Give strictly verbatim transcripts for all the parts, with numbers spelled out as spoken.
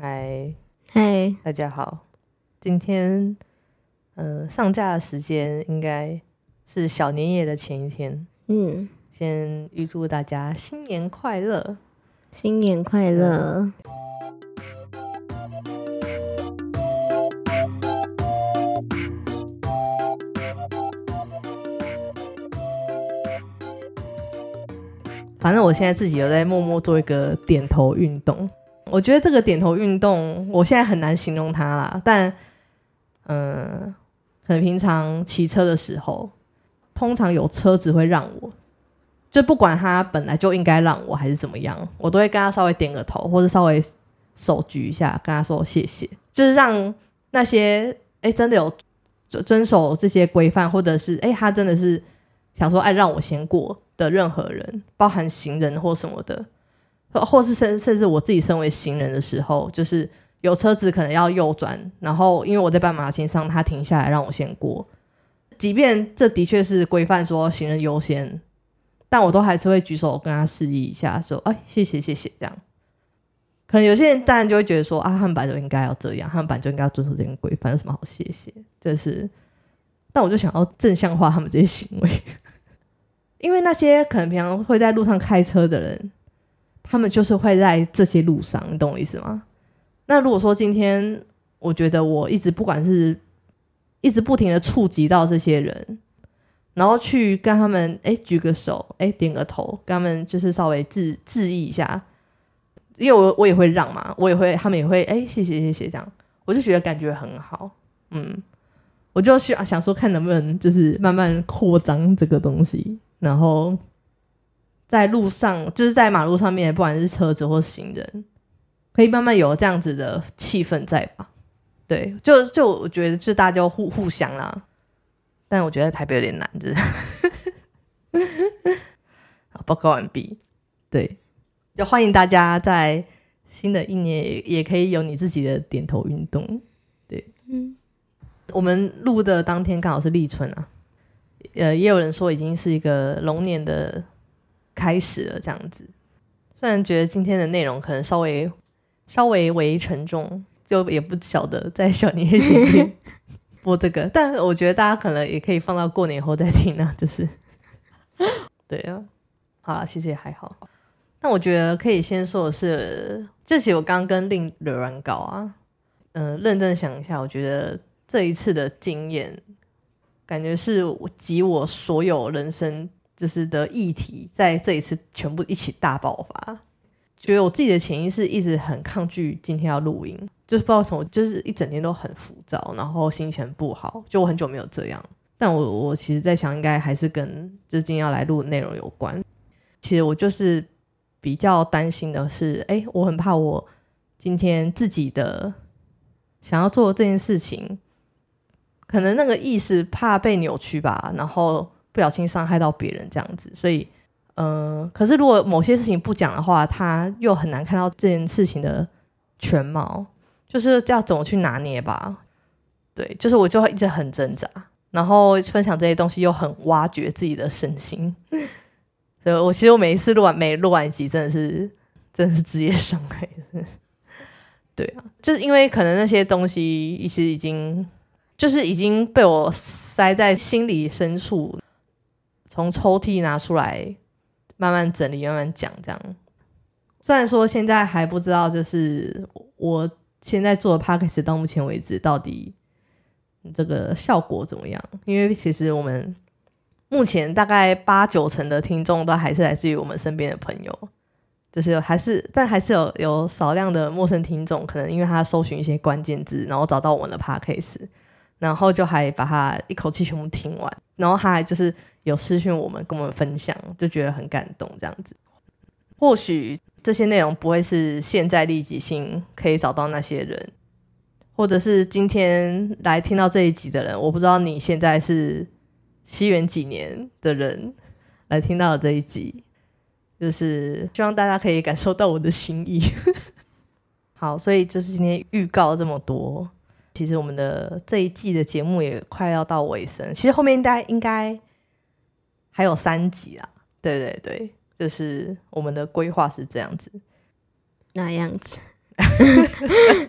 嗨， 嗨， 大家好。今天呃上架的时间应该是小年夜的前一天。 嗯， 先预祝大家新年快乐， 新年快乐。嗯反正我现在自己有在默默做一个点头运动。我觉得这个点头运动我现在很难形容它啦，但嗯、呃，可能平常骑车的时候，通常有车子会让我，就不管他本来就应该让我还是怎么样，我都会跟他稍微点个头，或者稍微手举一下跟他说谢谢，就是让那些哎真的有遵守这些规范，或者是哎他真的是想说哎让我先过的任何人，包含行人或什么的，或是甚甚至我自己身为行人的时候，就是有车子可能要右转，然后因为我在斑马线上，他停下来让我先过，即便这的确是规范说行人优先，但我都还是会举手跟他示意一下，说哎谢谢谢谢这样。可能有些人当然就会觉得说啊，他们本来就应该要这样，他们本来就应该要遵守这个规范，有什么好谢谢？就是，但我就想要正向化他们这些行为，因为那些可能平常会在路上开车的人，他们就是会在这些路上，你懂我意思吗？那如果说今天我觉得我一直不管是一直不停的触及到这些人，然后去跟他们哎举个手，哎点个头，跟他们就是稍微致致意一下，因为我我也会让嘛，我也会，他们也会哎谢谢谢谢这样，我就觉得感觉很好，嗯，我就想想说看能不能就是慢慢扩张这个东西，然后在路上就是在马路上面，不管是车子或行人，可以慢慢有这样子的气氛在吧？对，就就我觉得就大家就互互相啦，但我觉得台北有点难，就是好，报告完毕。对，就欢迎大家在新的一年 也, 也可以有你自己的点头运动。对，嗯，我们录的当天刚好是立春啊，呃，也有人说已经是一个龙年的开始了，这样子。虽然觉得今天的内容可能稍微稍微微沉重，就也不晓得在小年夜前天播这个，但我觉得大家可能也可以放到过年后再听啊，就是对啊，好啦，其实也还好。但我觉得可以先说的是，这期我刚跟令惹完稿啊，嗯、呃，认真想一下，我觉得这一次的经验，感觉是集我所有人生就是的议题，在这一次全部一起大爆发。觉得我自己的潜意识一直很抗拒今天要录音，就是不知道为什么，就是一整天都很浮躁，然后心情不好，就我很久没有这样。但我我其实在想，应该还是跟就是今天要来录的内容有关。其实我就是比较担心的是，哎，我很怕我今天自己的想要做的这件事情，可能那个意识怕被扭曲吧，然后不小心伤害到别人这样子，所以呃，可是如果某些事情不讲的话，他又很难看到这件事情的全貌，就是要怎么去拿捏吧。对，就是我就会一直很挣扎，然后分享这些东西又很挖掘自己的身心，所以我其实我每一次录完每录完一集真的是真的是职业伤害。对啊，就是因为可能那些东西其实已经就是已经被我塞在心里深处，从抽屉拿出来慢慢整理慢慢讲这样。虽然说现在还不知道就是我现在做的 podcast 到目前为止到底这个效果怎么样，因为其实我们目前大概八九成的听众都还是来自于我们身边的朋友，就是还是但还是有有少量的陌生听众，可能因为他搜寻一些关键字然后找到我们的 podcast， 然后就还把它一口气全部听完，然后他还就是有私讯我们跟我们分享，就觉得很感动这样子。或许这些内容不会是现在立即性可以找到那些人，或者是今天来听到这一集的人，我不知道你现在是西元几年的人来听到这一集，就是希望大家可以感受到我的心意。好，所以就是今天预告这么多，其实我们的这一季的节目也快要到尾声，其实后面应该应该还有三集啦，对对对，就是我们的规划是这样子。 那样子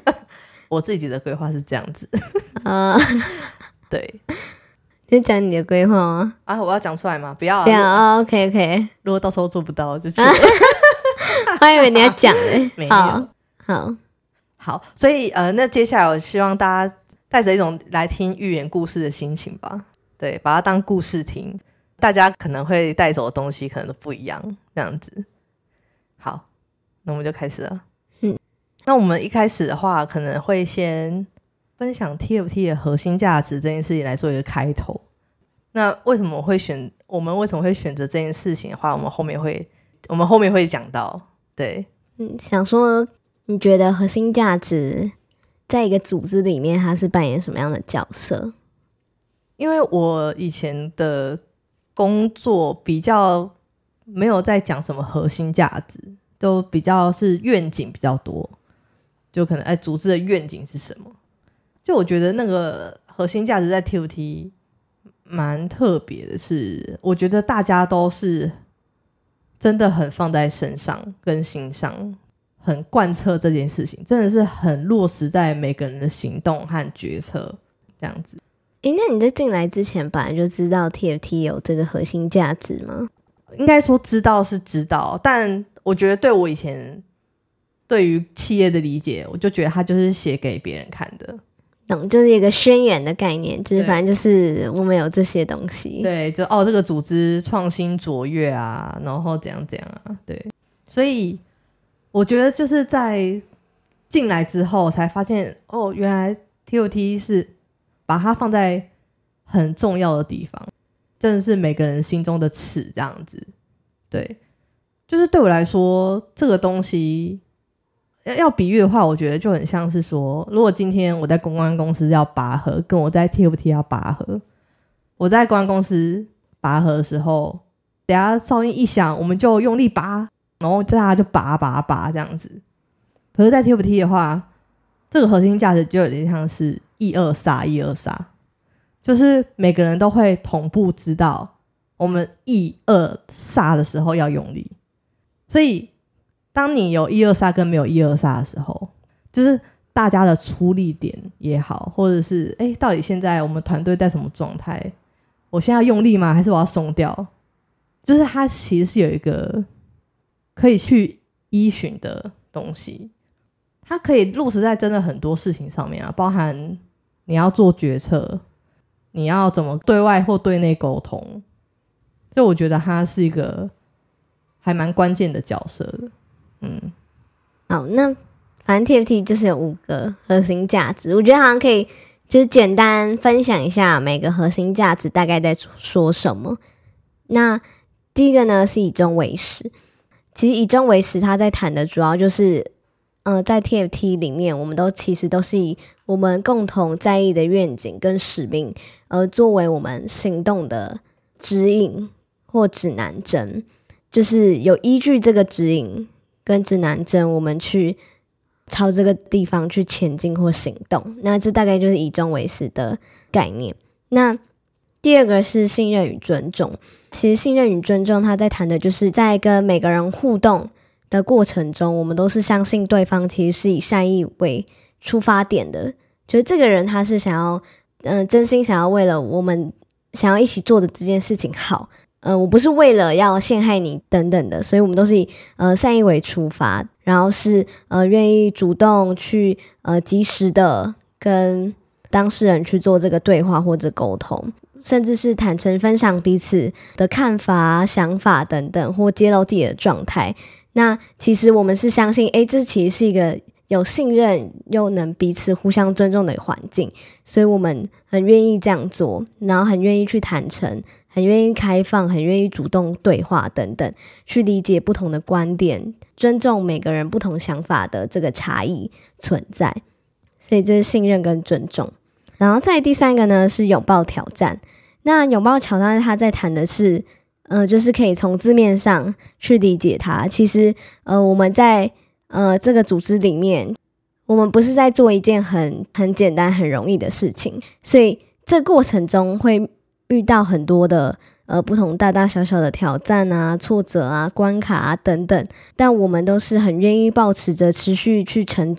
我自己的规划是这样子啊， 对， 就讲你的规划吗？ 啊，我要讲出来吗？不要啊， 不要啊 ，OK OK。 如果到时候做不到就觉得我还以为你要讲诶， 没有， 好好好，所以呃，那接下来我希望大家带着一种来听寓言故事的心情吧，对，把它当故事听，大家可能会带走的东西可能都不一样，这样子。好，那我们就开始了。 嗯， 那我们一开始的话，可能会先分享 T F T 的核心价值这件事情来做一个开头。那为什么会选？我们为什么会选择这件事情的话，我们后面会，我们后面会讲到。对， 嗯，想说，你觉得核心价值在一个组织里面，它是扮演什么样的角色？ 因为我以前的工作比较没有在讲什么核心价值，都比较是愿景比较多，就可能哎，组织的愿景是什么？就我觉得那个核心价值在 T F T 蛮特别的是，我觉得大家都是真的很放在身上跟心上，很贯彻这件事情，真的是很落实在每个人的行动和决策这样子。 诶，那你在进来之前本来就知道 T F T 有这个核心价值吗？ 应该说知道是知道，但我觉得对我以前对于企业的理解，我就觉得它就是写给别人看的， 懂，就是一个宣言的概念，就是反正就是我们有这些东西， 对，就哦这个组织创新卓越啊，然后怎样怎样啊，对，所以我觉得就是在进来之后才发现，哦，原来 T F T 是把它放在很重要的地方，真的是每个人心中的尺这样子。对，就是对我来说这个东西要比喻的话，我觉得就很像是说，如果今天我在公关公司要拔河，跟我在 T F T 要拔河，我在公关公司拔河的时候，等下噪音一响我们就用力拔，然后大家就拔拔拔这样子。可是在 T F T 的话，这个核心价值就有点像是一二杀一二杀，就是每个人都会同步知道我们一二杀的时候要用力，所以当你有一二杀跟没有一二杀的时候，就是大家的出力点也好，或者是哎，到底现在我们团队在什么状态，我现在要用力吗还是我要松掉，就是它其实是有一个可以去依循的东西，它可以落实在真的很多事情上面啊，包含你要做决策，你要怎么对外或对内沟通，就我觉得它是一个还蛮关键的角色的。嗯， 好，那反正 T F T 就是有五个核心价值，我觉得好像可以就是简单分享一下每个核心价值大概在说什么。那第一个呢是以终为始，其实以终为始它在谈的主要就是呃，在 T F T 里面，我们都其实都是以我们共同在意的愿景跟使命，呃，作为我们行动的指引或指南针，就是有依据这个指引跟指南针，我们去朝这个地方去前进或行动。那这大概就是以终为始的概念。那第二个是信任与尊重，其实信任与尊重，它在谈的就是在跟每个人互动的过程中，我们都是相信对方其实是以善意为出发点的，就是这个人他是想要嗯、呃，真心想要为了我们想要一起做的这件事情好，呃，我不是为了要陷害你等等的，所以我们都是以呃善意为出发，然后是呃愿意主动去呃及时的跟当事人去做这个对话或者沟通，甚至是坦诚分享彼此的看法、想法等等，或揭露自己的状态。那其实我们是相信，诶，这其实是一个有信任又能彼此互相尊重的环境，所以我们很愿意这样做，然后很愿意去坦诚，很愿意开放，很愿意主动对话等等，去理解不同的观点，尊重每个人不同想法的这个差异存在，所以这是信任跟尊重。然后再第三个呢是拥抱挑战，那拥抱挑战它在谈的是呃，就是可以从字面上去理解它。其实，呃，我们在呃这个组织里面，我们不是在做一件很很简单、很容易的事情，所以这过程中会遇到很多的呃不同大大小小的挑战啊、挫折啊、关卡啊等等。但我们都是很愿意抱持着持续去成长、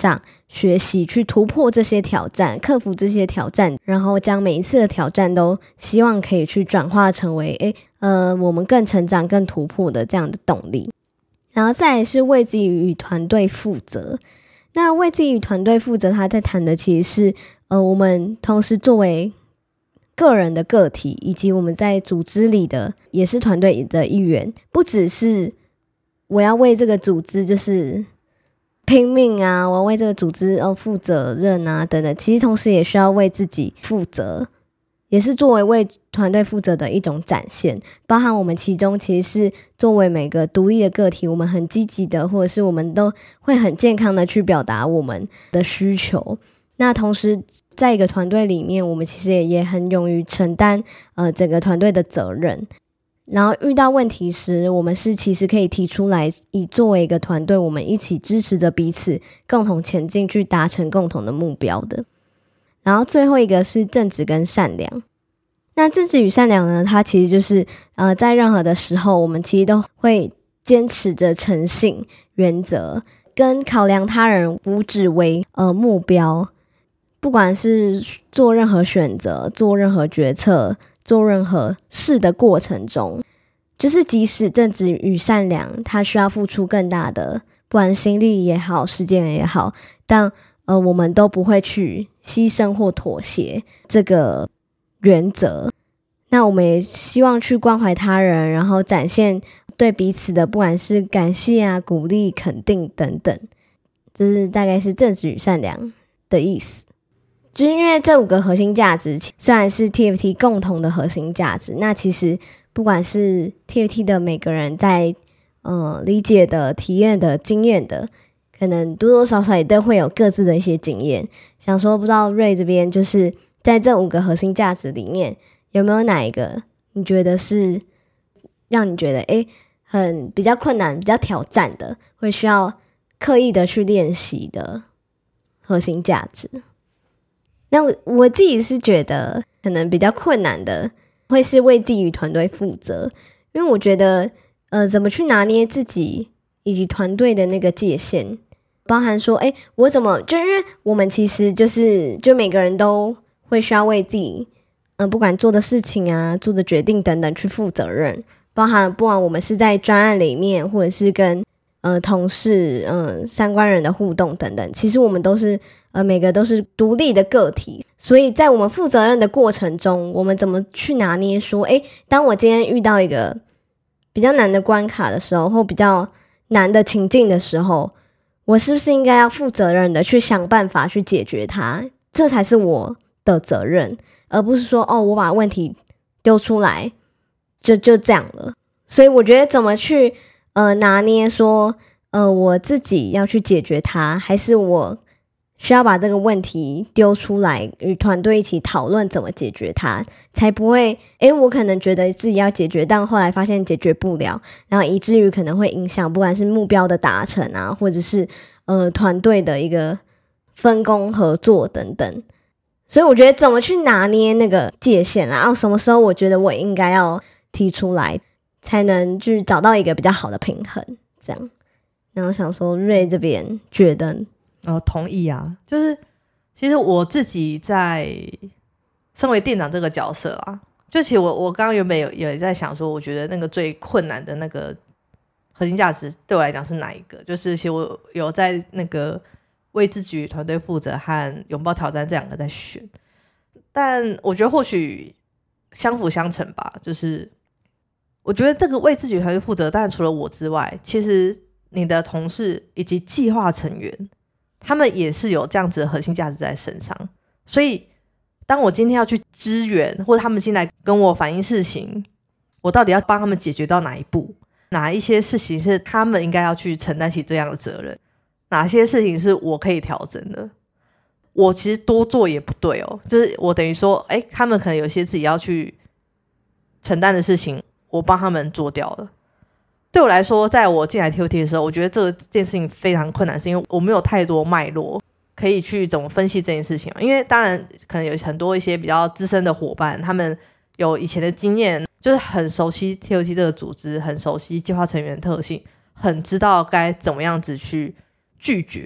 学习去突破这些挑战，克服这些挑战，然后将每一次的挑战都希望可以去转化成为诶呃我们更成长更突破的这样的动力。然后再来是为自己与团队负责。那为自己与团队负责，他在谈的其实是呃我们同时作为个人的个体，以及我们在组织里的也是团队的一员，不只是我要为这个组织就是拼命啊，我要为这个组织哦负责任啊等等，其实同时也需要为自己负责，也是作为为团队负责的一种展现。包含我们其中其实是作为每个独立的个体，我们很积极的，或者是我们都会很健康的去表达我们的需求。那同时在一个团队里面，我们其实也也很勇于承担呃整个团队的责任。然后遇到问题时，我们是其实可以提出来，以作为一个团队，我们一起支持着彼此，共同前进，去达成共同的目标的。然后最后一个是正直跟善良。那正直与善良呢，它其实就是呃，在任何的时候，我们其实都会坚持着诚信原则，跟考量他人福祉为呃目标。不管是做任何选择，做任何决策，做任何事的过程中，就是即使正直与善良，它需要付出更大的，不管心力也好，时间也好，但呃，我们都不会去牺牲或妥协这个原则。那我们也希望去关怀他人，然后展现对彼此的不管是感谢啊、鼓励、肯定等等，这是大概是正直与善良的意思。就是因为这五个核心价值虽然是 T F T 共同的核心价值，那其实不管是 T F T 的每个人在呃理解的、体验的、经验的，可能多多少少也都会有各自的一些经验。想说不知道瑞这边就是在这五个核心价值里面，有没有哪一个你觉得是让你觉得诶很比较困难、比较挑战的，会需要刻意的去练习的核心价值？那我自己是觉得可能比较困难的会是为自己与团队负责，因为我觉得呃，怎么去拿捏自己以及团队的那个界限，包含说诶我怎么就因为我们其实就是就每个人都会需要为自己呃，不管做的事情啊、做的决定等等去负责任，包含不管我们是在专案里面，或者是跟呃同事、呃相关人的互动等等，其实我们都是呃每个都是独立的个体，所以在我们负责任的过程中，我们怎么去拿捏说，诶，当我今天遇到一个比较难的关卡的时候，或比较难的情境的时候，我是不是应该要负责任的去想办法去解决它？这才是我的责任，而不是说哦，我把问题丢出来就就这样了。所以我觉得怎么去呃拿捏说呃我自己要去解决它，还是我需要把这个问题丢出来与团队一起讨论怎么解决它，才不会诶我可能觉得自己要解决，但后来发现解决不了，然后以至于可能会影响不管是目标的达成啊，或者是呃团队的一个分工合作等等。所以我觉得怎么去拿捏那个界限啊，然后什么时候我觉得我应该要提出来，才能去找到一个比较好的平衡，这样。然后想说瑞这边觉得哦，同意啊，就是其实我自己在身为店长这个角色啊，就其实我我刚刚原本有也在想说，我觉得那个最困难的那个核心价值对我来讲是哪一个？就是其实我有在那个为自己团队负责和拥抱挑战这两个在选，但我觉得或许相辅相成吧。就是我觉得这个为自己团队负责，当然除了我之外，其实你的同事以及计划成员，他们也是有这样子的核心价值在身上。所以当我今天要去支援，或者他们进来跟我反映事情，我到底要帮他们解决到哪一步？哪一些事情是他们应该要去承担起这样的责任？哪些事情是我可以调整的？我其实多做也不对哦，就是我等于说诶他们可能有些自己要去承担的事情，我帮他们做掉了。对我来说，在我进来 T F T 的时候，我觉得这件事情非常困难，是因为我没有太多脉络可以去怎么分析这件事情。因为当然可能有很多一些比较资深的伙伴，他们有以前的经验，就是很熟悉 T F T 这个组织，很熟悉计划成员的特性，很知道该怎么样子去拒绝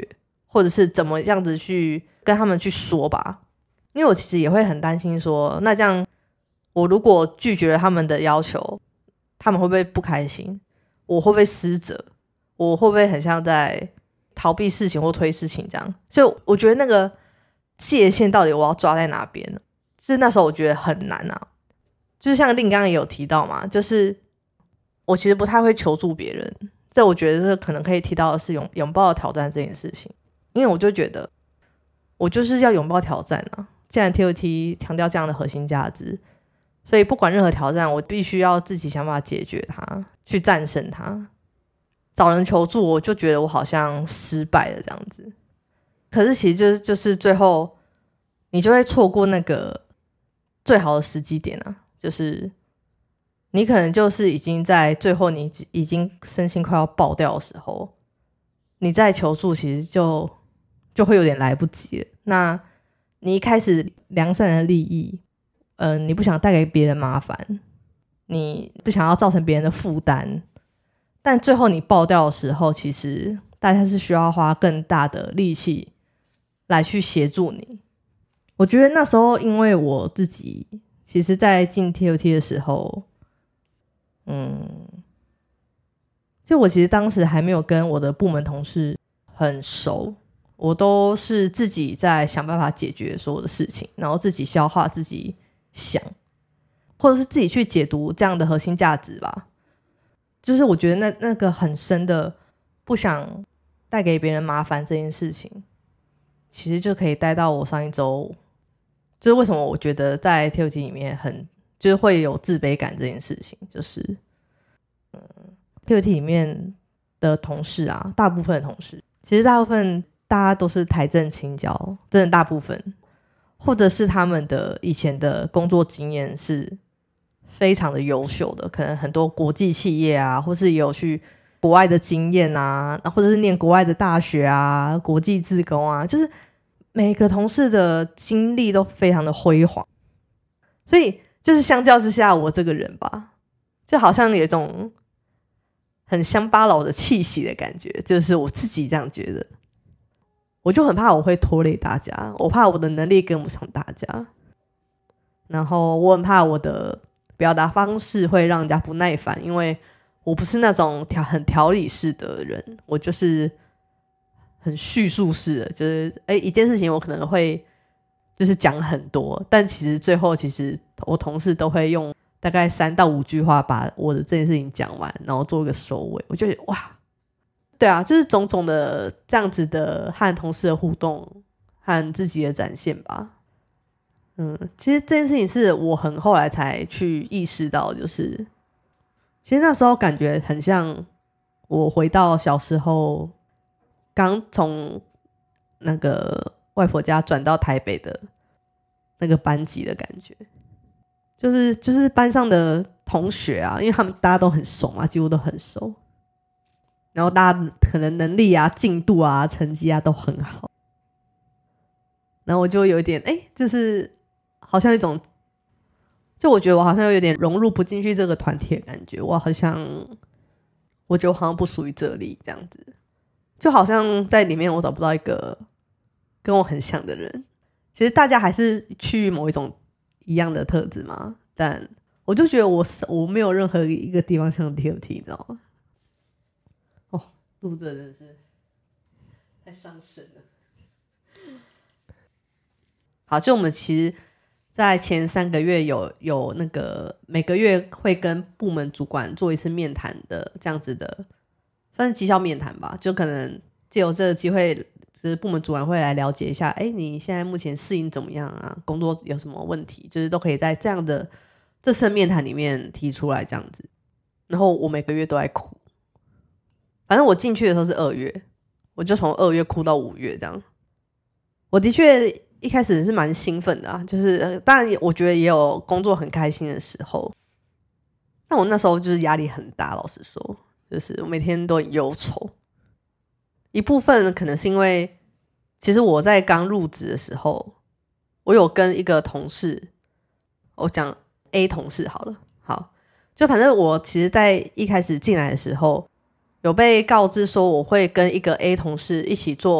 或者是怎么样子去跟他们去说吧。因为我其实也会很担心说，那这样我如果拒绝了他们的要求，他们会不会不开心？我会不会失责？我会不会很像在逃避事情或推事情这样？所以我觉得那个界限到底我要抓在哪边呢？就是那时候我觉得很难啊。就是像令刚刚也有提到嘛，就是我其实不太会求助别人，这我觉得这可能可以提到的是拥拥抱挑战这件事情。因为我就觉得我就是要拥抱挑战啊，既然 T O T 强调这样的核心价值，所以不管任何挑战我必须要自己想办法解决它，去战胜它。找人求助我就觉得我好像失败了这样子，可是其实就是就是最后你就会错过那个最好的时机点啊，就是你可能就是已经在最后你已经身心快要爆掉的时候，你再求助其实就就会有点来不及了。那你一开始良善的利益，嗯、呃，你不想带给别人麻烦，你不想要造成别人的负担，但最后你爆掉的时候，其实大家是需要花更大的力气来去协助你。我觉得那时候因为我自己其实在进 T O T 的时候，嗯，就我其实当时还没有跟我的部门同事很熟，我都是自己在想办法解决所有的事情，然后自己消化，自己想，或者是自己去解读这样的核心价值吧。就是我觉得那那个很深的不想带给别人麻烦这件事情，其实就可以带到我上一周，就是为什么我觉得在 T O T 里面很就是会有自卑感这件事情，就是嗯 T O T 里面的同事啊，大部分的同事其实大部分大家都是台政清交，真的大部分，或者是他们的以前的工作经验是非常的优秀的，可能很多国际企业啊，或是也有去国外的经验啊，或者是念国外的大学啊，国际志工啊，就是每个同事的经历都非常的辉煌。所以就是相较之下，我这个人吧，就好像有一种很乡巴佬的气息的感觉，就是我自己这样觉得。我就很怕我会拖累大家，我怕我的能力跟不上大家，然后我很怕我的表达方式会让人家不耐烦，因为我不是那种条很条理式的人，我就是很叙述式的，就是诶一件事情我可能会就是讲很多，但其实最后其实我同事都会用大概三到五句话把我的这件事情讲完，然后做一个收尾。我就觉得哇，对啊，就是种种的这样子的和同事的互动和自己的展现吧。嗯，其实这件事情是我很后来才去意识到，就是其实那时候感觉很像我回到小时候刚从那个外婆家转到台北的那个班级的感觉，就是就是班上的同学啊，因为他们大家都很熟嘛，几乎都很熟，然后大家可能能力啊、进度啊、成绩啊都很好，然后我就有一点哎，就是好像一种，就我觉得我好像有点融入不进去这个团体的感觉，我好像我觉得我好像不属于这里这样子，就好像在里面我找不到一个跟我很像的人。其实大家还是去某一种一样的特质嘛，但我就觉得我我没有任何一个地方像 T O T， 你知道吗？哦，录这真的是太伤身了。好，就我们其实在前三个月有有那个每个月会跟部门主管做一次面谈的这样子的，算是绩效面谈吧，就可能藉由这个机会，就是部门主管会来了解一下，哎，你现在目前适应怎么样啊？工作有什么问题？就是都可以在这样的这次面谈里面提出来这样子。然后我每个月都在哭，反正我进去的时候是二月，我就从二月哭到五月这样。我的确一开始是蛮兴奋的啊，就是当然我觉得也有工作很开心的时候，但我那时候就是压力很大，老实说，就是我每天都很忧愁。一部分可能是因为其实我在刚入职的时候，我有跟一个同事，我讲 A 同事好了，好，就反正我其实在一开始进来的时候有被告知说我会跟一个 A 同事一起做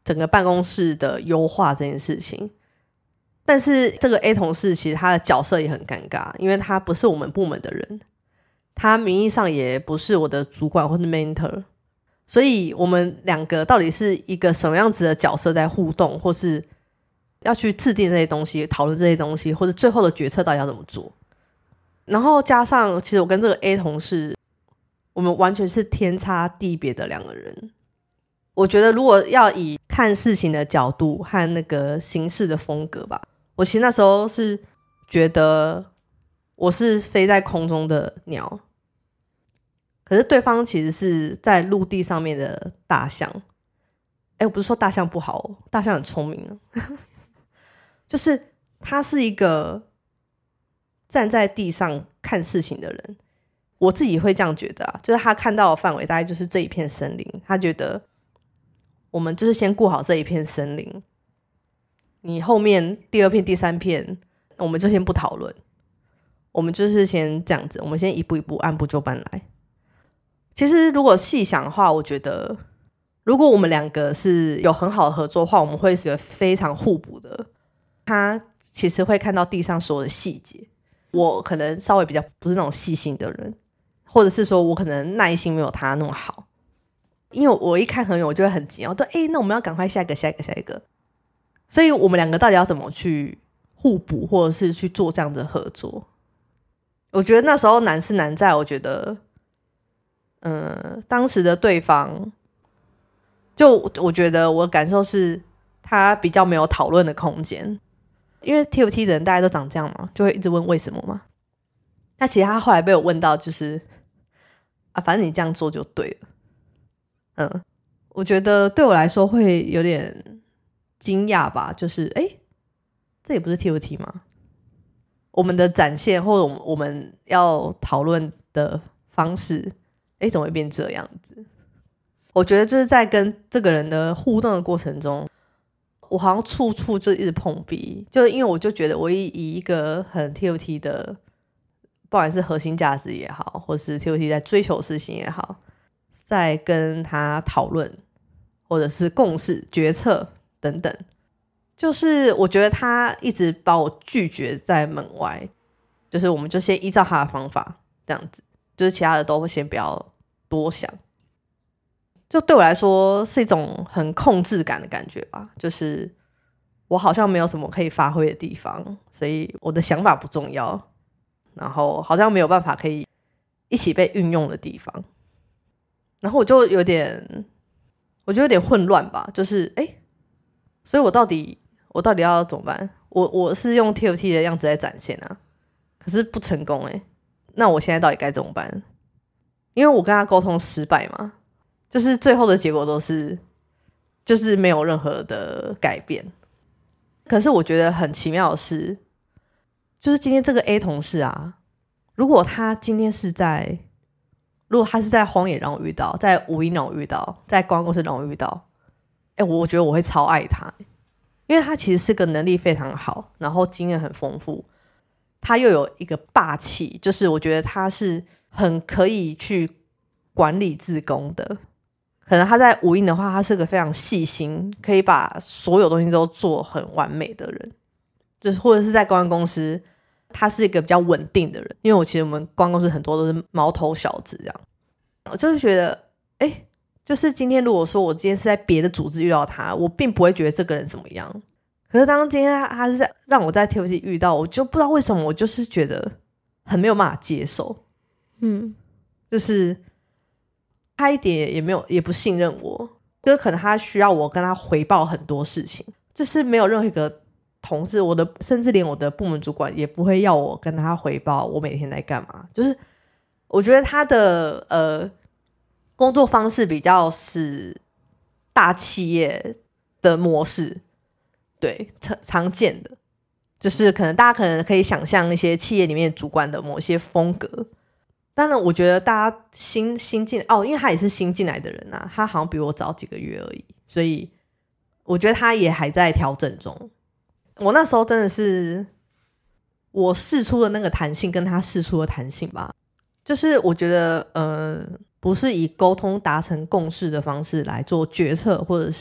整个办公室的优化这件事情。但是这个 A 同事其实他的角色也很尴尬，因为他不是我们部门的人，他名义上也不是我的主管或是 mentor， 所以我们两个到底是一个什么样子的角色在互动，或是要去制定这些东西，讨论这些东西，或者最后的决策到底要怎么做。然后加上其实我跟这个 A 同事，我们完全是天差地别的两个人。我觉得如果要以看事情的角度和那个行事的风格吧，我其实那时候是觉得我是飞在空中的鸟，可是对方其实是在陆地上面的大象。哎，我不是说大象不好哦，大象很聪明就是他是一个站在地上看事情的人，我自己会这样觉得啊，就是他看到的范围大概就是这一片森林，他觉得我们就是先顾好这一片森林，你后面第二片第三片我们就先不讨论，我们就是先这样子，我们先一步一步按部就班来。其实如果细想的话，我觉得如果我们两个是有很好的合作的话，我们会是个非常互补的。他其实会看到地上所有的细节，我可能稍微比较不是那种细心的人，或者是说我可能耐心没有他那么好，因为我一看很远我就会很急，我说哎，那我们要赶快下一个下一个下一个。所以我们两个到底要怎么去互补，或者是去做这样的合作，我觉得那时候难是难在我觉得呃，当时的对方就我觉得我的感受是他比较没有讨论的空间，因为 T F T 的人大家都长这样嘛，就会一直问为什么嘛。那其实他后来被我问到就是啊，反正你这样做就对了。嗯，我觉得对我来说会有点惊讶吧，就是诶，这也不是 T F T 吗？我们的展现或者我们要讨论的方式，诶，怎么会变这样子？我觉得就是在跟这个人的互动的过程中，我好像处处就一直碰壁，就因为我就觉得我以一个很 T F T 的，不管是核心价值也好，或是 T F T 在追求事情也好，在跟他讨论或者是共识决策等等，就是我觉得他一直把我拒绝在门外，就是我们就先依照他的方法这样子，就是其他的都会先不要多想。就对我来说是一种很控制感的感觉吧，就是我好像没有什么可以发挥的地方，所以我的想法不重要，然后好像没有办法可以一起被运用的地方，然后我就有点我就有点混乱吧，就是诶，所以我到底我到底要怎么办？我我是用 T F T 的样子在展现啊，可是不成功诶，那我现在到底该怎么办？因为我跟他沟通失败嘛，就是最后的结果都是就是没有任何的改变。可是我觉得很奇妙的是，就是今天这个 A 同事啊，如果他今天是在如果他是在荒野让我遇到，在无音让我遇到，在公关公司让我遇到，欸，我觉得我会超爱他，因为他其实是个能力非常好，然后经验很丰富，他又有一个霸气，就是我觉得他是很可以去管理志工的。可能他在无印的话，他是个非常细心，可以把所有东西都做很完美的人，就是或者是在公关公司他是一个比较稳定的人，因为我其实我们公关公司很多都是毛头小子这样，我就是觉得哎，就是今天如果说我今天是在别的组织遇到他，我并不会觉得这个人怎么样，可是当今天他是在让我在 T F T 遇到，我就不知道为什么我就是觉得很没有办法接受， 嗯， 就是他一点也没有也不信任我，就是可能他需要我跟他回报很多事情，就是没有任何一个同事，我的甚至连我的部门主管也不会要我跟他回报我每天在干嘛，就是我觉得他的呃工作方式比较是大企业的模式，对，常见的就是可能大家可能可以想象一些企业里面主管的某些风格。当然我觉得大家新新进哦，因为他也是新进来的人啊，他好像比我早几个月而已，所以我觉得他也还在调整中。我那时候真的是我释出的那个弹性跟他释出的弹性吧，就是我觉得呃，不是以沟通达成共识的方式来做决策或者是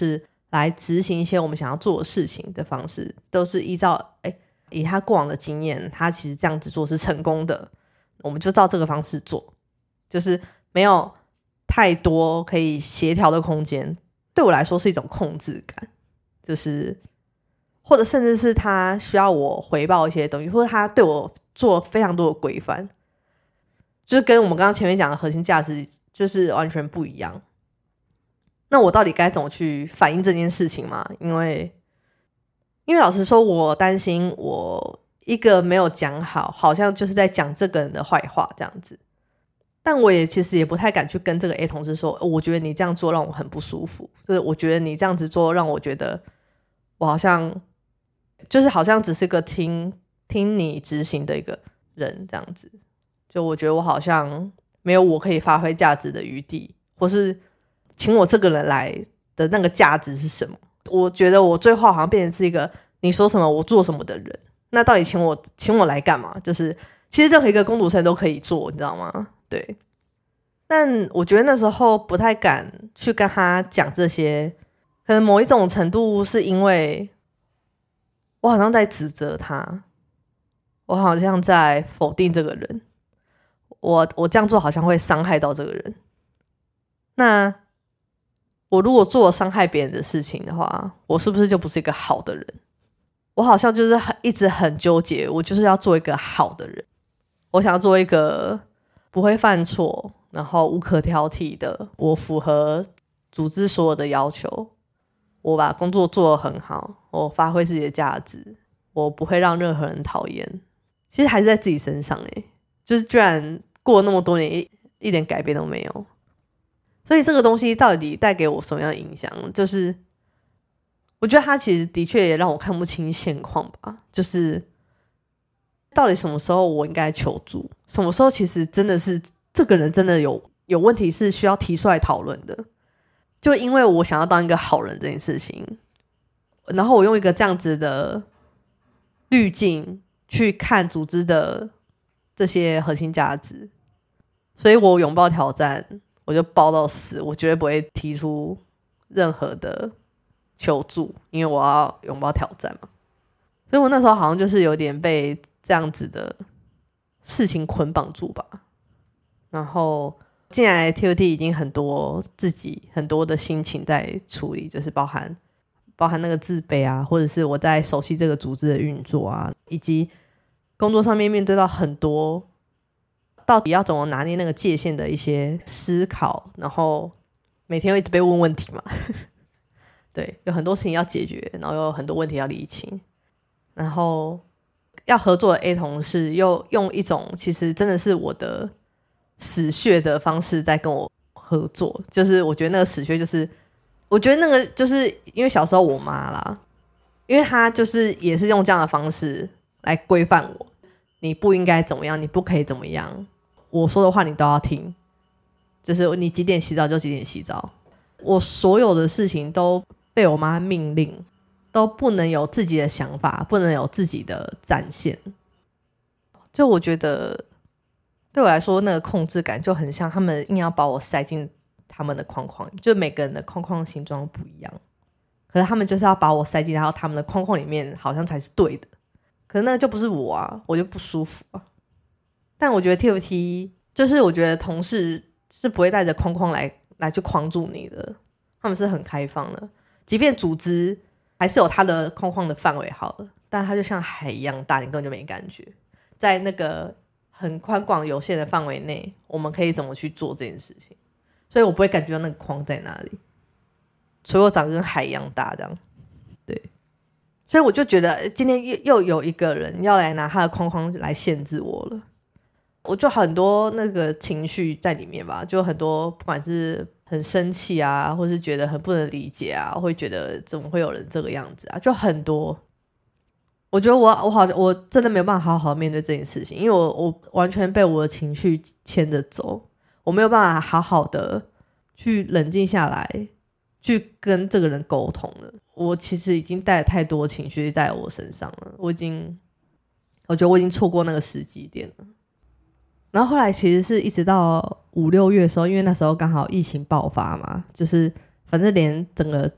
来执行一些我们想要做的事情的方式，都是依照诶以他过往的经验，他其实这样子做是成功的，我们就照这个方式做，就是没有太多可以协调的空间。对我来说是一种控制感，就是或者甚至是他需要我回报一些东西，或者他对我做非常多的规范，就是跟我们刚刚前面讲的核心价值就是完全不一样。那我到底该怎么去反映这件事情嘛？因为因为老实说，我担心我一个没有讲好，好像就是在讲这个人的坏话这样子。但我也其实也不太敢去跟这个 A 同事说，哦，我觉得你这样做让我很不舒服，就是我觉得你这样子做让我觉得我好像就是好像只是个听听你执行的一个人这样子，就我觉得我好像没有我可以发挥价值的余地，或是请我这个人来的那个价值是什么。我觉得我最后好像变成是一个你说什么我做什么的人，那到底请我请我来干嘛？就是其实任何一个工读生都可以做，你知道吗？对，但我觉得那时候不太敢去跟他讲这些，可能某一种程度是因为我好像在指责他，我好像在否定这个人，我我这样做好像会伤害到这个人。那我如果做了伤害别人的事情的话，我是不是就不是一个好的人？我好像就是很一直很纠结，我就是要做一个好的人，我想要做一个不会犯错，然后无可挑剔的，我符合组织所有的要求，我把工作做得很好，我发挥自己的价值，我不会让任何人讨厌。其实还是在自己身上耶，就是居然过了那么多年 一, 一点改变都没有。所以这个东西到底带给我什么样的影响，就是我觉得它其实的确也让我看不清现况吧，就是到底什么时候我应该求助，什么时候其实真的是这个人真的有有问题是需要提出来讨论的。就因为我想要当一个好人这件事情，然后我用一个这样子的滤镜去看组织的这些核心价值，所以我拥抱挑战，我就抱到死，我绝对不会提出任何的求助，因为我要拥抱挑战嘛。所以我那时候好像就是有点被这样子的事情捆绑住吧。然后进来 T O T 已经很多自己很多的心情在处理，就是包含包含那个自卑啊，或者是我在熟悉这个组织的运作啊，以及工作上面面对到很多到底要怎么拿捏那个界限的一些思考，然后每天会一直被问问题嘛对，有很多事情要解决，然后有很多问题要理清，然后要合作的 A 同事又用一种其实真的是我的死穴的方式在跟我合作，就是我觉得那个死穴就是我觉得那个就是因为小时候我妈啦，因为她就是也是用这样的方式来规范我，你不应该怎么样，你不可以怎么样，我说的话你都要听，就是你几点洗澡就几点洗澡，我所有的事情都被我妈命令，都不能有自己的想法，不能有自己的展现。就我觉得对我来说那个控制感就很像他们硬要把我塞进他们的框框，就每个人的框框形状不一样，可是他们就是要把我塞进到他们的框框里面，好像才是对的，可是那个就不是我啊，我就不舒服啊。但我觉得 T F T 就是我觉得同事是不会带着框框来来去框住你的，他们是很开放的，即便组织还是有它的框框的范围好了，但它就像海一样大，你根本就没感觉，在那个很宽广有限的范围内，我们可以怎么去做这件事情，所以我不会感觉到那个框在哪里，所以我长得跟海一样大这样。对，所以我就觉得今天又有一个人要来拿他的框框来限制我了，我就很多那个情绪在里面吧，就很多不管是很生气啊，或是觉得很不能理解啊，会觉得怎么会有人这个样子啊，就很多。我觉得我我好像我真的没有办法好好面对这件事情，因为我我完全被我的情绪牵着走，我没有办法好好的去冷静下来，去跟这个人沟通了。我其实已经带了太多情绪在我身上了，我已经我觉得我已经错过那个时机点了。然后后来其实是一直到五六月的时候，因为那时候刚好疫情爆发嘛，就是反正连整个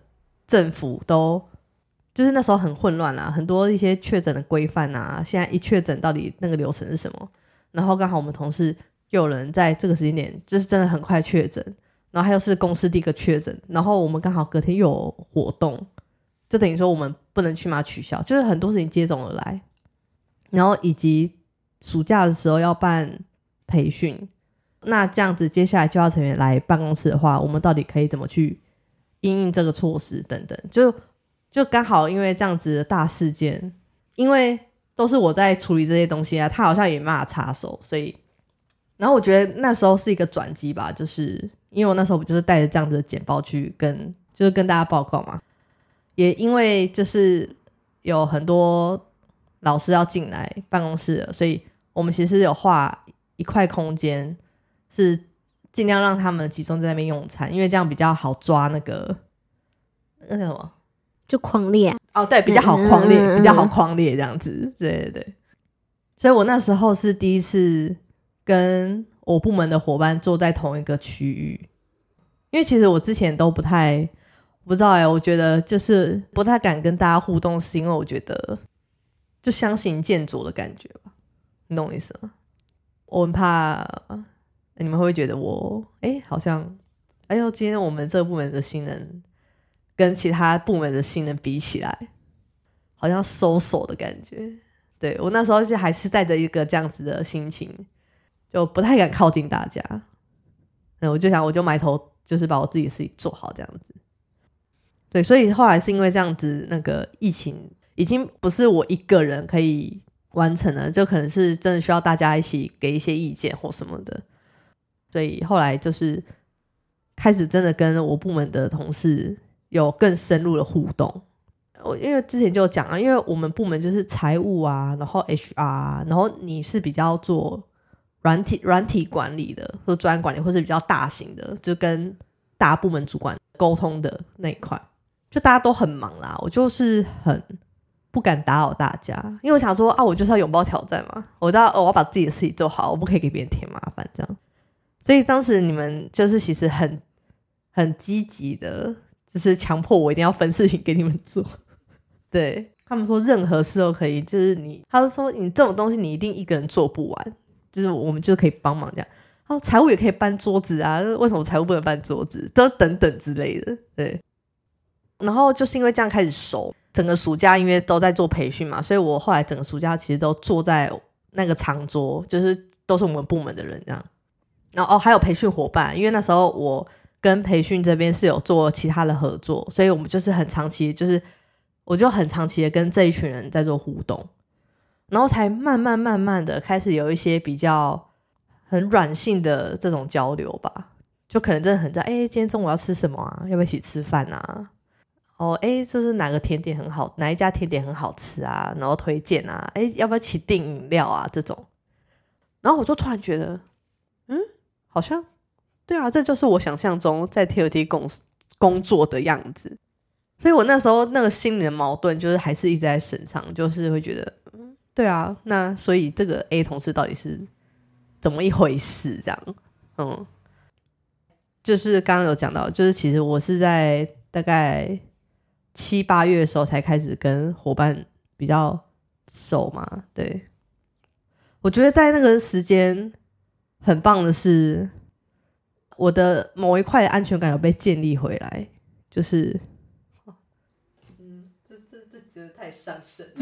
政府都就是那时候很混乱啦，很多一些确诊的规范啊，现在一确诊到底那个流程是什么，然后刚好我们同事又有人在这个时间点就是真的很快确诊，然后还有是公司第一个确诊，然后我们刚好隔天又有活动，就等于说我们不能去嘛，取消，就是很多事情接踵而来，然后以及暑假的时候要办培训，那这样子接下来就要成员来办公室的话，我们到底可以怎么去因应这个措施等等，就就刚好因为这样子的大事件，因为都是我在处理这些东西啊，他好像也没办法插手，所以然后我觉得那时候是一个转机吧，就是因为我那时候不就是带着这样子的简报去跟就是跟大家报告嘛，也因为就是有很多老师要进来办公室了，所以我们其实有画一块空间是尽量让他们集中在那边用餐，因为这样比较好抓那个那个什么就框列、啊、 哦对，比较好框列、 嗯、 比较好框列这样子，对对对。所以我那时候是第一次跟我部门的伙伴坐在同一个区域，因为其实我之前都不太不知道哎、欸，我觉得就是不太敢跟大家互动，是因为我觉得就相形见绌的感觉吧，你懂我意思吗？我很怕你们会不会觉得我哎、欸，好像哎呦，今天我们这个部门的新人跟其他部门的新人比起来，好像收手的感觉。对，我那时候是还是带着一个这样子的心情，就不太敢靠近大家。我就想，我就埋头就是把我自己的事情做好这样子。对，所以后来是因为这样子，那个疫情已经不是我一个人可以完成了，就可能是真的需要大家一起给一些意见或什么的。所以后来就是开始真的跟我部门的同事有更深入的互动。我因为之前就讲啊，因为我们部门就是财务啊，然后 H R， 然后你是比较做软体软体管理的，或专案管理，或是比较大型的，就跟大部门主管沟通的那一块，就大家都很忙啦。我就是很不敢打扰大家，因为我想说啊，我就是要拥抱挑战嘛，我要、哦、我要把自己的事情做好，我不可以给别人添麻烦这样。所以当时你们就是其实很很积极的，就是强迫我一定要分事情给你们做。对，他们说任何事都可以，就是你，他就说你这种东西你一定一个人做不完，就是我们就可以帮忙这样。然后财务也可以搬桌子啊，为什么财务不能搬桌子？都等等之类的。对，然后就是因为这样开始熟，整个暑假因为都在做培训嘛，所以我后来整个暑假其实都坐在那个长桌，就是都是我们部门的人这样。然后哦，还有培训伙伴，因为那时候我跟培训这边是有做其他的合作，所以我们就是很长期，就是我就很长期的跟这一群人在做互动，然后才慢慢慢慢的开始有一些比较很软性的这种交流吧，就可能真的很在哎，今天中午要吃什么啊？要不要一起吃饭啊？哦，哎，就是哪个甜点很好，哪一家甜点很好吃啊？然后推荐啊，哎，要不要一起订饮料啊？这种，然后我就突然觉得，嗯。好像对啊，这就是我想象中在 T L T 工工作的样子，所以我那时候那个心里的矛盾就是还是一直在身上，就是会觉得嗯，对啊，那所以这个 A 同事到底是怎么一回事这样。嗯，就是刚刚有讲到，就是其实我是在大概七八月的时候才开始跟伙伴比较熟嘛。对，我觉得在那个时间很棒的是，我的某一块的安全感有被建立回来，就是，嗯，这这这真的太上升了，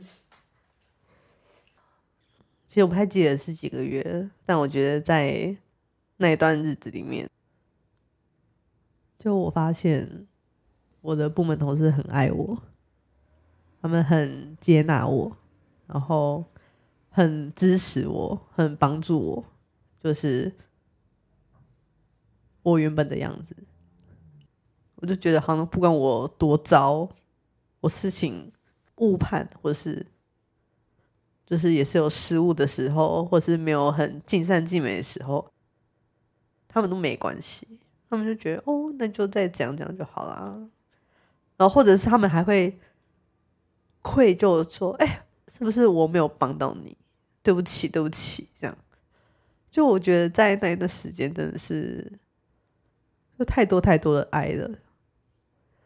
其实我不太记得是几个月了，但我觉得在那一段日子里面，就我发现我的部门同事很爱我，他们很接纳我，然后很支持我，很帮助我。就是我原本的样子，我就觉得好像不管我多糟，我事情误判，或是就是也是有失误的时候，或是没有很尽善尽美的时候，他们都没关系，他们就觉得哦，那就再讲讲就好啦。然后或者是他们还会愧疚说，哎，是不是我没有帮到你？对不起，对不起，这样。就我觉得在那一段时间真的是就太多太多的爱了，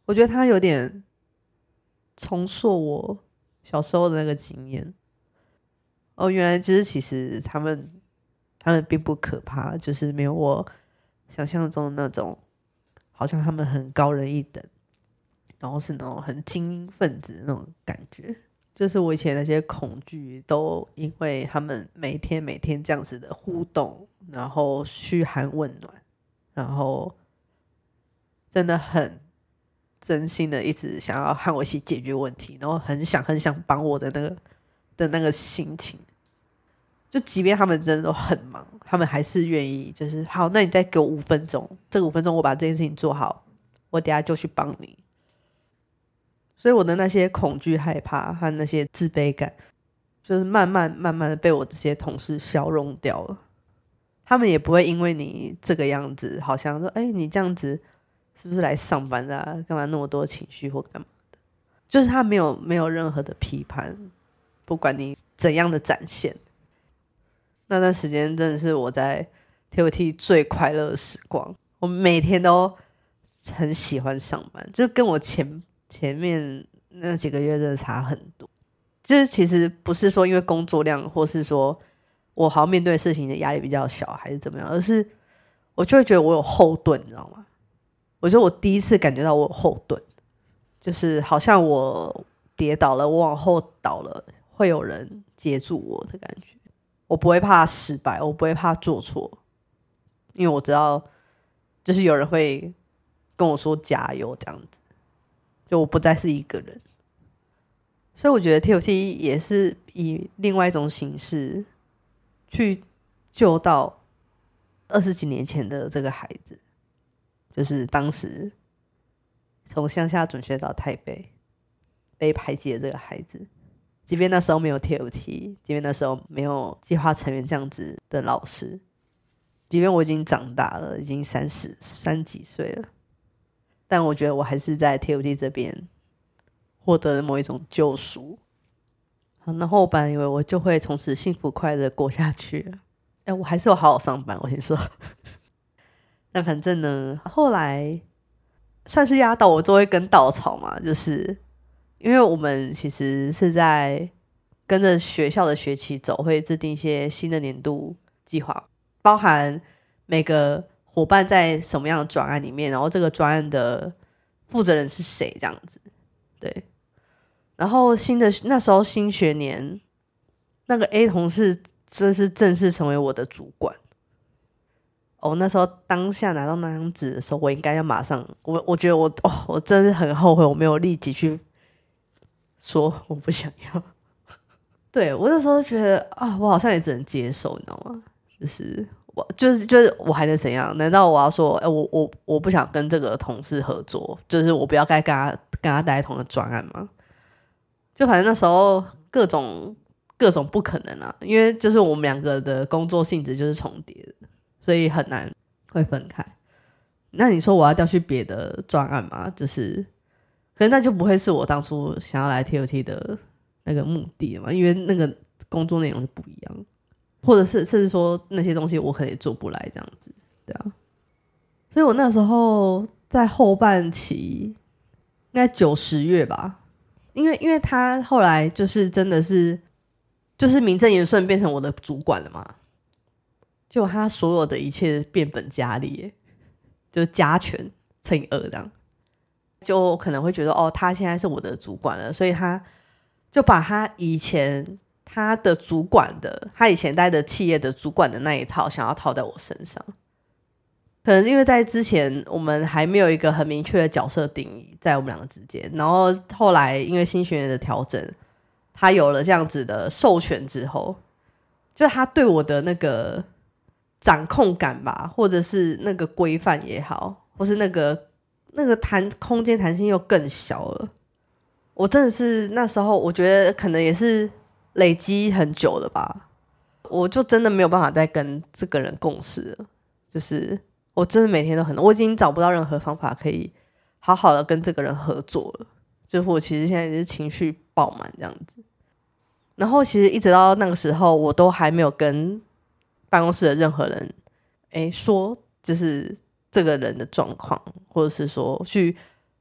我觉得他有点重塑我小时候的那个经验。哦，原来就是其实他们他们并不可怕，就是没有我想象中的那种好像他们很高人一等，然后是那种很精英分子的那种感觉。就是我以前那些恐惧都因为他们每天每天这样子的互动，然后嘘寒问暖，然后真的很真心的一直想要和我一起解决问题，然后很想很想帮我的那个的那个心情，就即便他们真的都很忙，他们还是愿意就是好，那你再给我五分钟，这个五分钟我把这件事情做好，我等一下就去帮你。所以我的那些恐惧害怕和那些自卑感就是慢慢慢慢的被我这些同事消融掉了。他们也不会因为你这个样子好像说哎，你这样子是不是来上班的啊，干嘛那么多情绪或干嘛的，就是他没有没有任何的批判，不管你怎样的展现。那段时间真的是我在 T F T 最快乐的时光，我每天都很喜欢上班，就跟我前前面那几个月真的差很多。就是其实不是说因为工作量或是说我好像面对事情的压力比较小还是怎么样，而是我就会觉得我有后盾，你知道吗？我觉得我第一次感觉到我有后盾，就是好像我跌倒了，我往后倒了，会有人接住我的感觉。我不会怕失败，我不会怕做错，因为我知道就是有人会跟我说加油这样子，就我不再是一个人。所以我觉得 T F T 也是以另外一种形式去救到二十几年前的这个孩子，就是当时从乡下转学到台北被排挤的这个孩子。即便那时候没有 T F T， 即便那时候没有计划成员这样子的老师，即便我已经长大了，已经三十三几岁了，但我觉得我还是在 T F T 这边获得了某一种救赎。好，然后我本来以为我就会从此幸福快乐过下去了，哎，我还是有好好上班，我先说。但反正呢，后来算是压倒我最后一根稻草嘛，就是因为我们其实是在跟着学校的学期走，会制定一些新的年度计划，包含每个伙伴在什么样的专案里面，然后这个专案的负责人是谁这样子。对，然后新的那时候新学年，那个 A 同事就是正式成为我的主管。哦，那时候当下拿到那张纸的时候，我应该要马上，我我觉得我哦，我真是很后悔我没有立即去说我不想要。对，我那时候觉得啊，我好像也只能接受，你知道吗？就是我就是就是我还能怎样？难道我要说，哎，我我我不想跟这个同事合作，就是我不要该跟他跟他待同的专案吗？就反正那时候各种各种不可能啊，因为就是我们两个的工作性质就是重叠的，所以很难会分开。那你说我要调去别的专案吗？就是可能那就不会是我当初想要来 T F T 的那个目的嘛，因为那个工作内容就不一样，或者是甚至说那些东西我可能也做不来这样子，对啊。所以我那时候在后半期，应该九十月吧，因为因为他后来就是真的是就是名正言顺变成我的主管了嘛，结果他所有的一切变本加厉耶，就是加权乘以二这样。就可能会觉得哦，他现在是我的主管了，所以他就把他以前他的主管的他以前待的企业的主管的那一套想要套在我身上。可能因为在之前我们还没有一个很明确的角色定义在我们两个之间，然后后来因为新学年的调整，他有了这样子的授权之后，就他对我的那个掌控感吧，或者是那个规范也好，或是那个那个弹空间弹性又更小了。我真的是那时候我觉得可能也是累积很久了吧，我就真的没有办法再跟这个人共事了。就是我真的每天都很，我已经找不到任何方法可以好好的跟这个人合作了。就是我其实现在也是情绪爆满这样子。然后其实一直到那个时候，我都还没有跟办公室的任何人诶说就是这个人的状况，或者是说去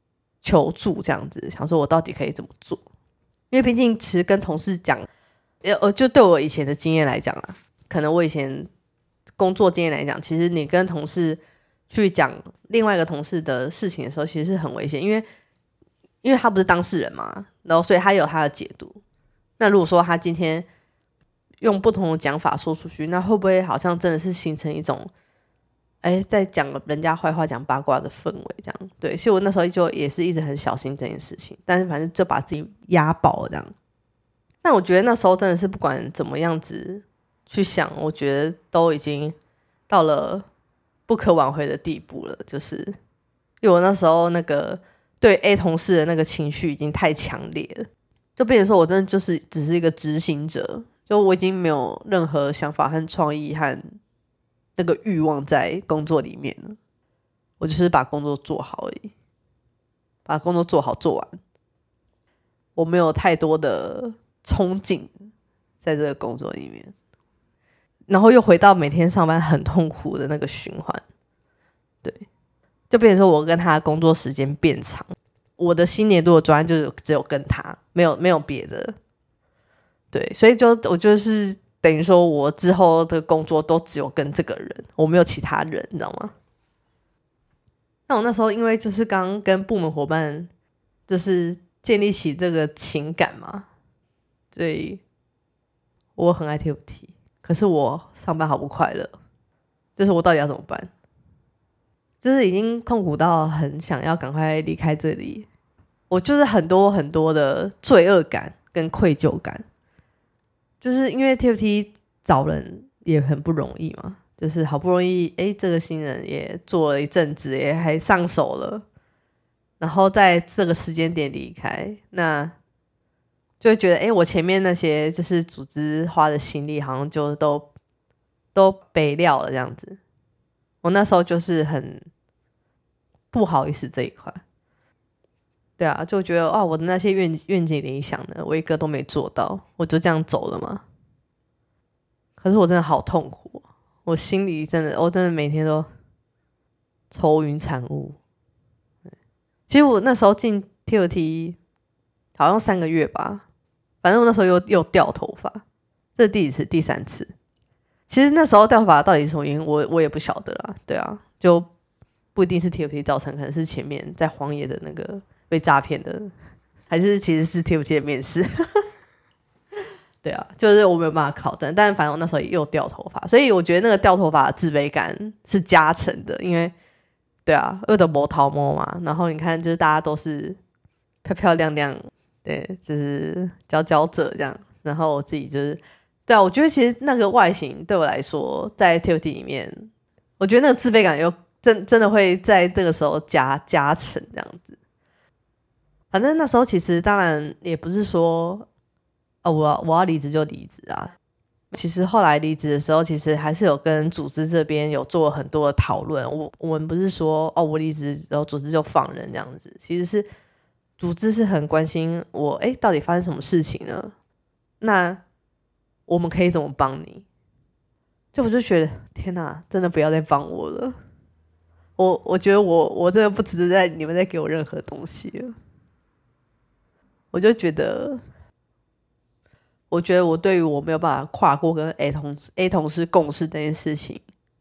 求助这样子，想说我到底可以怎么做。因为毕竟其实跟同事讲，呃，就对我以前的经验来讲啊，可能我以前工作经验来讲，其实你跟同事去讲另外一个同事的事情的时候，其实是很危险，因为因为他不是当事人嘛，然后所以他有他的解读。那如果说他今天用不同的讲法说出去，那会不会好像真的是形成一种哎，在讲人家坏话、讲八卦的氛围这样？对，所以我那时候就也是一直很小心这件事情，但是反正就把自己压爆了这样。那我觉得那时候真的是不管怎么样子去想，我觉得都已经到了不可挽回的地步了，就是因为我那时候那个对 A 同事的那个情绪已经太强烈了，就变成说我真的就是只是一个执行者，就我已经没有任何想法和创意和那个欲望在工作里面了，我就是把工作做好而已，把工作做好做完，我没有太多的憧憬在这个工作里面，然后又回到每天上班很痛苦的那个循环，对，就变成说我跟他的工作时间变长，我的新年度的专案就只有跟他，没有没有别的，对，所以就我就是等于说我之后的工作都只有跟这个人，我没有其他人，你知道吗？那我那时候因为就是刚跟部门伙伴就是建立起这个情感嘛，所以我很爱 T F T， 可是我上班好不快乐，就是我到底要怎么办？就是已经痛苦到很想要赶快离开这里，我就是很多很多的罪恶感跟愧疚感。就是因为 T F T 找人也很不容易嘛，就是好不容易诶这个新人也做了一阵子，也还上手了，然后在这个时间点离开，那就会觉得诶我前面那些就是组织花的心力好像就都都北料了这样子。我那时候就是很不好意思这一块，对啊，就觉得哦，我的那些愿愿景理想呢，我一个都没做到，我就这样走了嘛。可是我真的好痛苦，我心里真的，我真的每天都愁云惨雾。其实我那时候进 T F T 好像三个月吧，反正我那时候又又掉头发，这是第几次？第三次。其实那时候掉头发到底是什么原因，我我也不晓得啦。对啊，就不一定是 T F T 造成，可能是前面在荒野的那个被诈骗的，还是其实是 T F T 的面试。对啊，就是我没有办法考证，但反正我那时候又掉头发，所以我觉得那个掉头发的自卑感是加成的，因为对啊，又的摸头摸嘛，然后你看就是大家都是漂漂亮亮，对，就是佼佼者这样，然后我自己就是对啊，我觉得其实那个外形对我来说在 T F T 里面，我觉得那个自卑感又真真的会在这个时候加加成这样子。反正那时候其实当然也不是说哦，我要我要离职就离职啊。其实后来离职的时候，其实还是有跟组织这边有做很多的讨论。我我们不是说哦，我离职然后组织就放人这样子，其实是组织是很关心我，哎，到底发生什么事情呢？那我们可以怎么帮你？就我就觉得天哪，真的不要再帮我了。我我觉得我我真的不值得在你们再给我任何东西了。我就觉得。我觉得我对于我没有办法跨过跟 A 同 A 同事共事这件事情，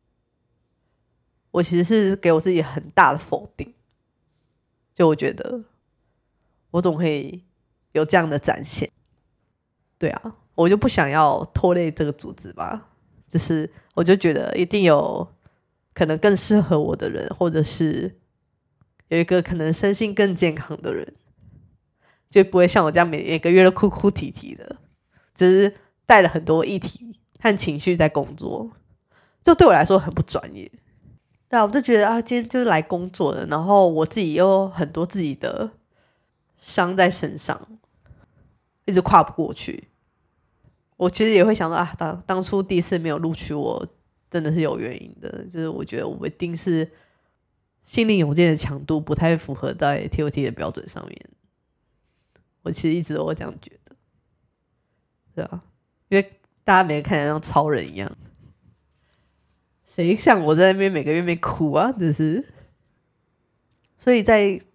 我其实是给我自己很大的否定。就我觉得我总可以有这样的展现，对啊，我就不想要拖累这个组织吧。就是我就觉得一定有可能更适合我的人，或者是有一个可能身心更健康的人，就不会像我这样每每个月都哭哭啼啼的。只是带了很多议题和情绪在工作，就对我来说很不专业。对啊，我就觉得啊，今天就是来工作的，然后我自己又有很多自己的伤在身上，一直跨不过去。我其实也会想到啊，当当初第一次没有录取我，真的是有原因的，就是我觉得我一定是心灵勇健的强度不太符合在 T O T 的标准上面。我其实一直都会这样觉得。对啊，因为大家每个看起来像超人一样，谁像我在那边每个月没哭啊，真是。所以在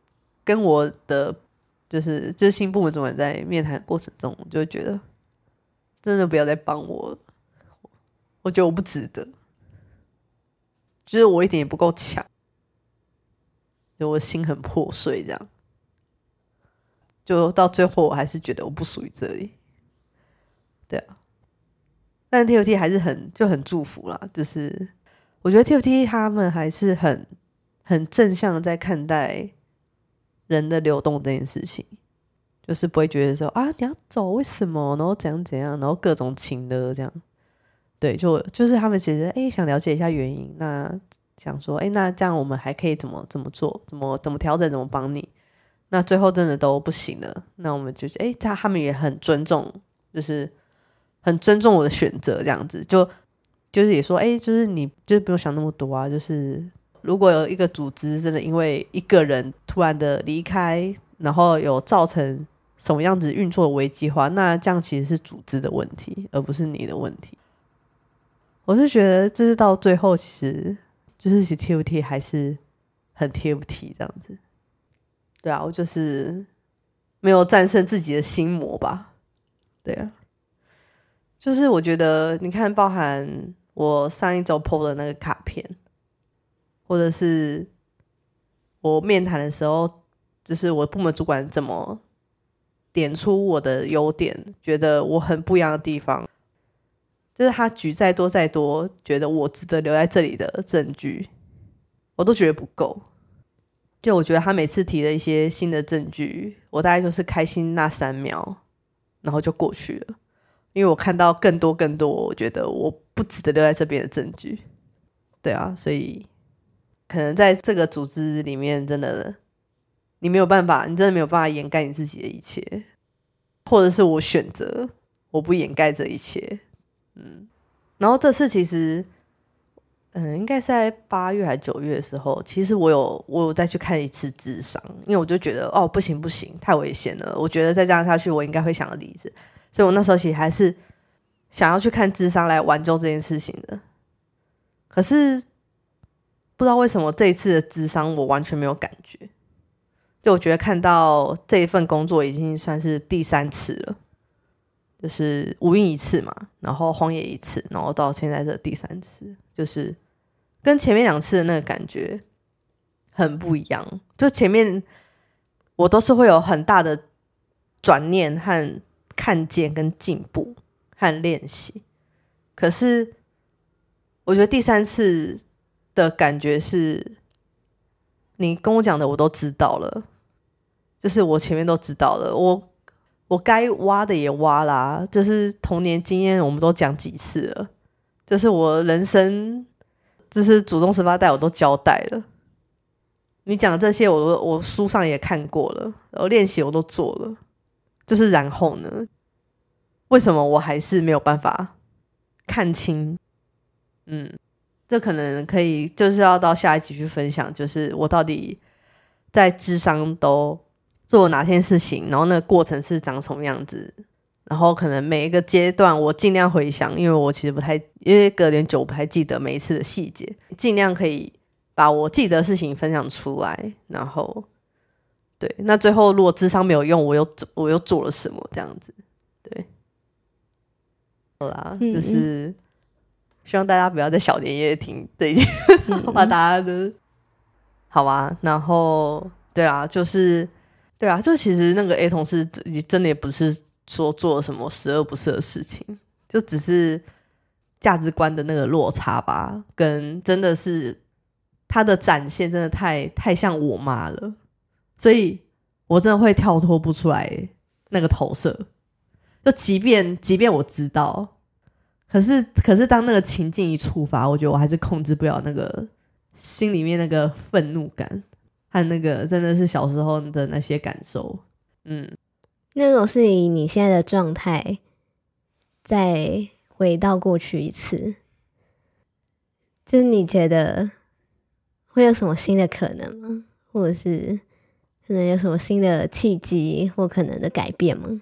跟我的就是就是新部门主管在面谈过程中，我就会觉得真的不要再帮我了，我觉得我不值得，就是我一点也不够强，就我心很破碎这样，就到最后我还是觉得我不属于这里。对啊，但 T F T 还是很就很祝福啦，就是我觉得 T F T 他们还是很很正向在看待人的流动这件事情，就是不会觉得说啊你要走为什么，然后怎样怎样，然后各种情的这样。对，就就是他们其实哎想了解一下原因，那想说哎那这样我们还可以怎么怎么做，怎么怎么调整，怎么帮你。那最后真的都不行了，那我们就哎他他们也很尊重，就是很尊重我的选择，这样子就就是也说哎就是你就是不用想那么多啊，就是如果有一个组织真的因为一个人突然的离开，然后有造成什么样子运作的危机化，那这样其实是组织的问题，而不是你的问题。我是觉得这是到最后其实就是 T F T 还是很 T F T 这样子。对啊，我就是没有战胜自己的心魔吧。对啊，就是我觉得你看包含我上一周 po 的那个卡片，或者是我面谈的时候，就是我部门主管怎么点出我的优点，觉得我很不一样的地方，就是他举再多再多觉得我值得留在这里的证据，我都觉得不够。就我觉得他每次提的一些新的证据，我大概就是开心那三秒然后就过去了，因为我看到更多更多我觉得我不值得留在这边的证据。对啊，所以可能在这个组织里面真的你没有办法，你真的没有办法掩盖你自己的一切，或者是我选择我不掩盖这一切。嗯，然后这次其实嗯，应该是在八月还是九月的时候，其实我有我有再去看一次諮商，因为我就觉得哦不行不行，太危险了，我觉得再这样下去我应该会想要离职，所以我那时候其实还是想要去看諮商来挽救这件事情的。可是不知道为什么这一次的諮商我完全没有感觉，就我觉得看到这一份工作已经算是第三次了，就是无印一次嘛，然后荒野一次，然后到现在这第三次，就是跟前面两次的那个感觉很不一样。就前面我都是会有很大的转念和看见跟进步和练习，可是我觉得第三次的感觉是你跟我讲的我都知道了，就是我前面都知道了，我我该挖的也挖啦，就是童年经验我们都讲几次了，就是我人生就是祖宗十八代我都交代了，你讲的这些我我书上也看过了，然后练习我都做了，就是然后呢为什么我还是没有办法看清？嗯，这可能可以就是要到下一集去分享，就是我到底在諮商都做了哪件事情，然后那个过程是长什么样子，然后可能每一个阶段我尽量回想，因为我其实不太因为隔点久不太记得每一次的细节，尽量可以把我记得的事情分享出来，然后对，那最后如果諮商没有用，我又我又做了什么这样子。对，好啦，嗯嗯就是希望大家不要在小年夜听这一件，把大家的好吧，然后对啊，就是对啊，就其实那个 A 同事真的也不是说做了什么十恶不赦的事情，就只是价值观的那个落差吧，跟真的是他的展现真的太太像我妈了，所以我真的会跳脱不出来那个投射，就即便即便我知道，可是可是当那个情境一触发，我觉得我还是控制不了那个心里面那个愤怒感和那个真的是小时候的那些感受。嗯， 那种是以你现在的状态再回到过去一次，就是你觉得会有什么新的可能吗？或者是可能有什么新的契机或可能的改变吗？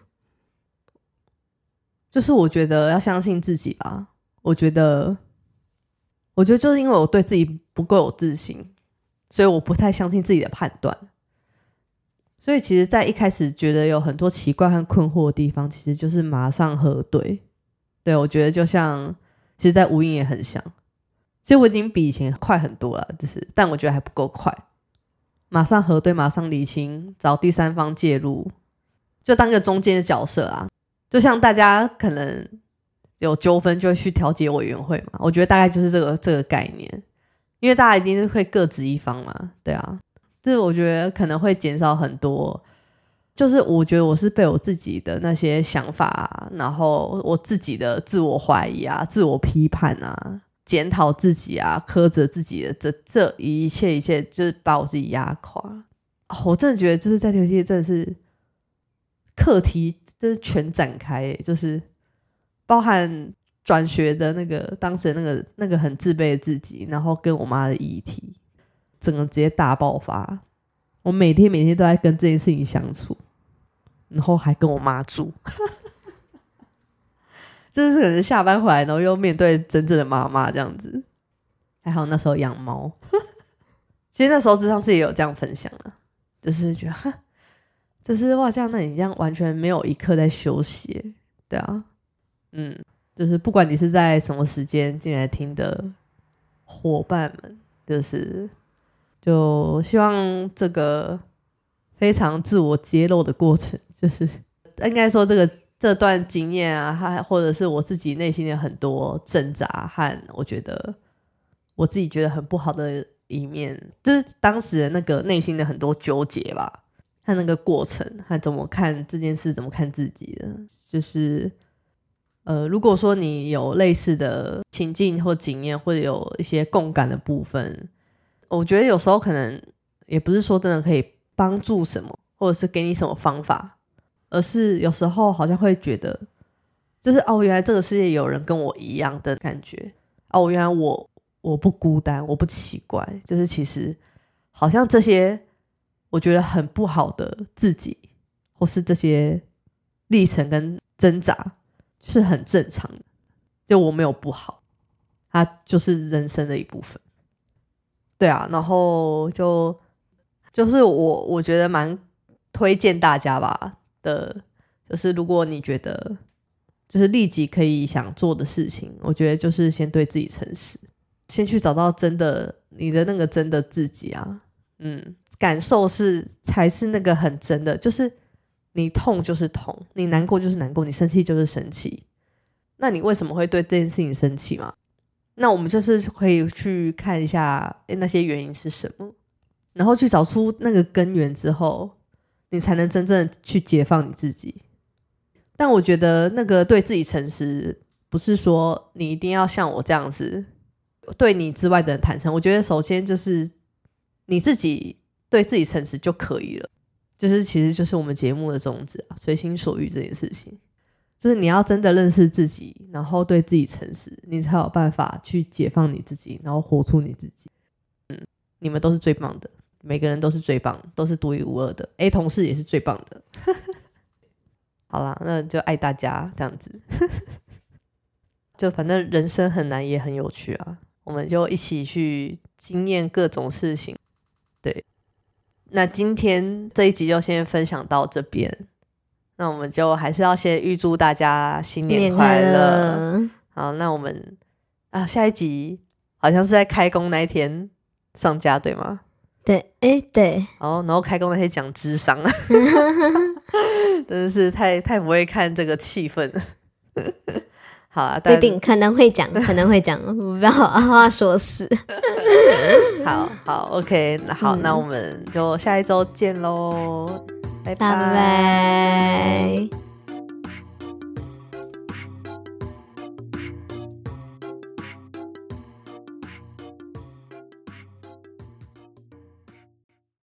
就是我觉得要相信自己吧，我觉得我觉得就是因为我对自己不够有自信，所以我不太相信自己的判断， 所以其实在一开始觉得有很多奇怪和困惑的地方，其实就是马上核对。对，我觉得就像其实在无印也很像，其实我已经比以前快很多了，就是但我觉得还不够快。马上核对，马上理清，找第三方介入，就当个中间的角色啊。就像大家可能有纠纷就会去调解委员会嘛，我觉得大概就是这个这个概念，因为大家一定是会各执一方嘛，对啊，这我觉得可能会减少很多，就是我觉得我是被我自己的那些想法啊，然后我自己的自我怀疑啊，自我批判啊，检讨自己啊，苛责自己的这这一切一切，就是把我自己压垮。哦，我真的觉得就是在这些真的是课题就是全展开耶，就是包含转学的那个当时的那个那个很自卑的自己，然后跟我妈的议题整个直接大爆发。我每天每天都在跟这件事情相处，然后还跟我妈住就是可能下班回来然后又面对真正的妈妈这样子。还好那时候养猫其实那时候智商是也有这样分享了，就是觉得就是哇，这样那你这样完全没有一刻在休息，对啊，嗯，就是不管你是在什么时间进来听的伙伴们，就是就希望这个非常自我揭露的过程，就是应该说这个这段经验啊，还或者是我自己内心的很多挣扎和我觉得我自己觉得很不好的一面，就是当时的那个内心的很多纠结吧。看那个过程和怎么看这件事，怎么看自己的，就是呃，如果说你有类似的情境或经验，或者有一些共感的部分，我觉得有时候可能也不是说真的可以帮助什么，或者是给你什么方法，而是有时候好像会觉得就是哦，原来这个世界有人跟我一样的感觉，哦，原来我我不孤单，我不奇怪，就是其实好像这些我觉得很不好的自己，或是这些历程跟挣扎是很正常的，就我没有不好，它就是人生的一部分。对啊，然后就就是我我觉得蛮推荐大家吧的，就是如果你觉得就是立即可以想做的事情，我觉得就是先对自己诚实，先去找到真的你的那个真的自己啊，嗯。感受是才是那个很真的，就是你痛就是痛，你难过就是难过，你生气就是生气。那你为什么会对这件事情生气嘛？那我们就是可以去看一下那些原因是什么，然后去找出那个根源之后，你才能真正去解放你自己。但我觉得那个对自己诚实，不是说你一定要像我这样子对你之外的人坦诚。我觉得首先就是你自己对自己诚实就可以了，就是其实就是我们节目的宗旨啊，随心所欲这件事情，就是你要真的认识自己，然后对自己诚实，你才有办法去解放你自己，然后活出你自己。嗯，你们都是最棒的，每个人都是最棒，都是独一无二的。A 同事也是最棒的。好啦，那就爱大家这样子。就反正人生很难也很有趣啊，我们就一起去经验各种事情。对。那今天这一集就先分享到这边，那我们就还是要先预祝大家新年快乐。好，那我们啊下一集好像是在开工那一天上架对吗？ 对，哎对。 哦，然后开工那天讲諮商真的是太太不会看这个气氛了。好啊， 不一定可能会讲，可能会讲，不要话说死。 好好 ，OK， 好、嗯，那我们就下一周见喽，拜拜。 拜拜。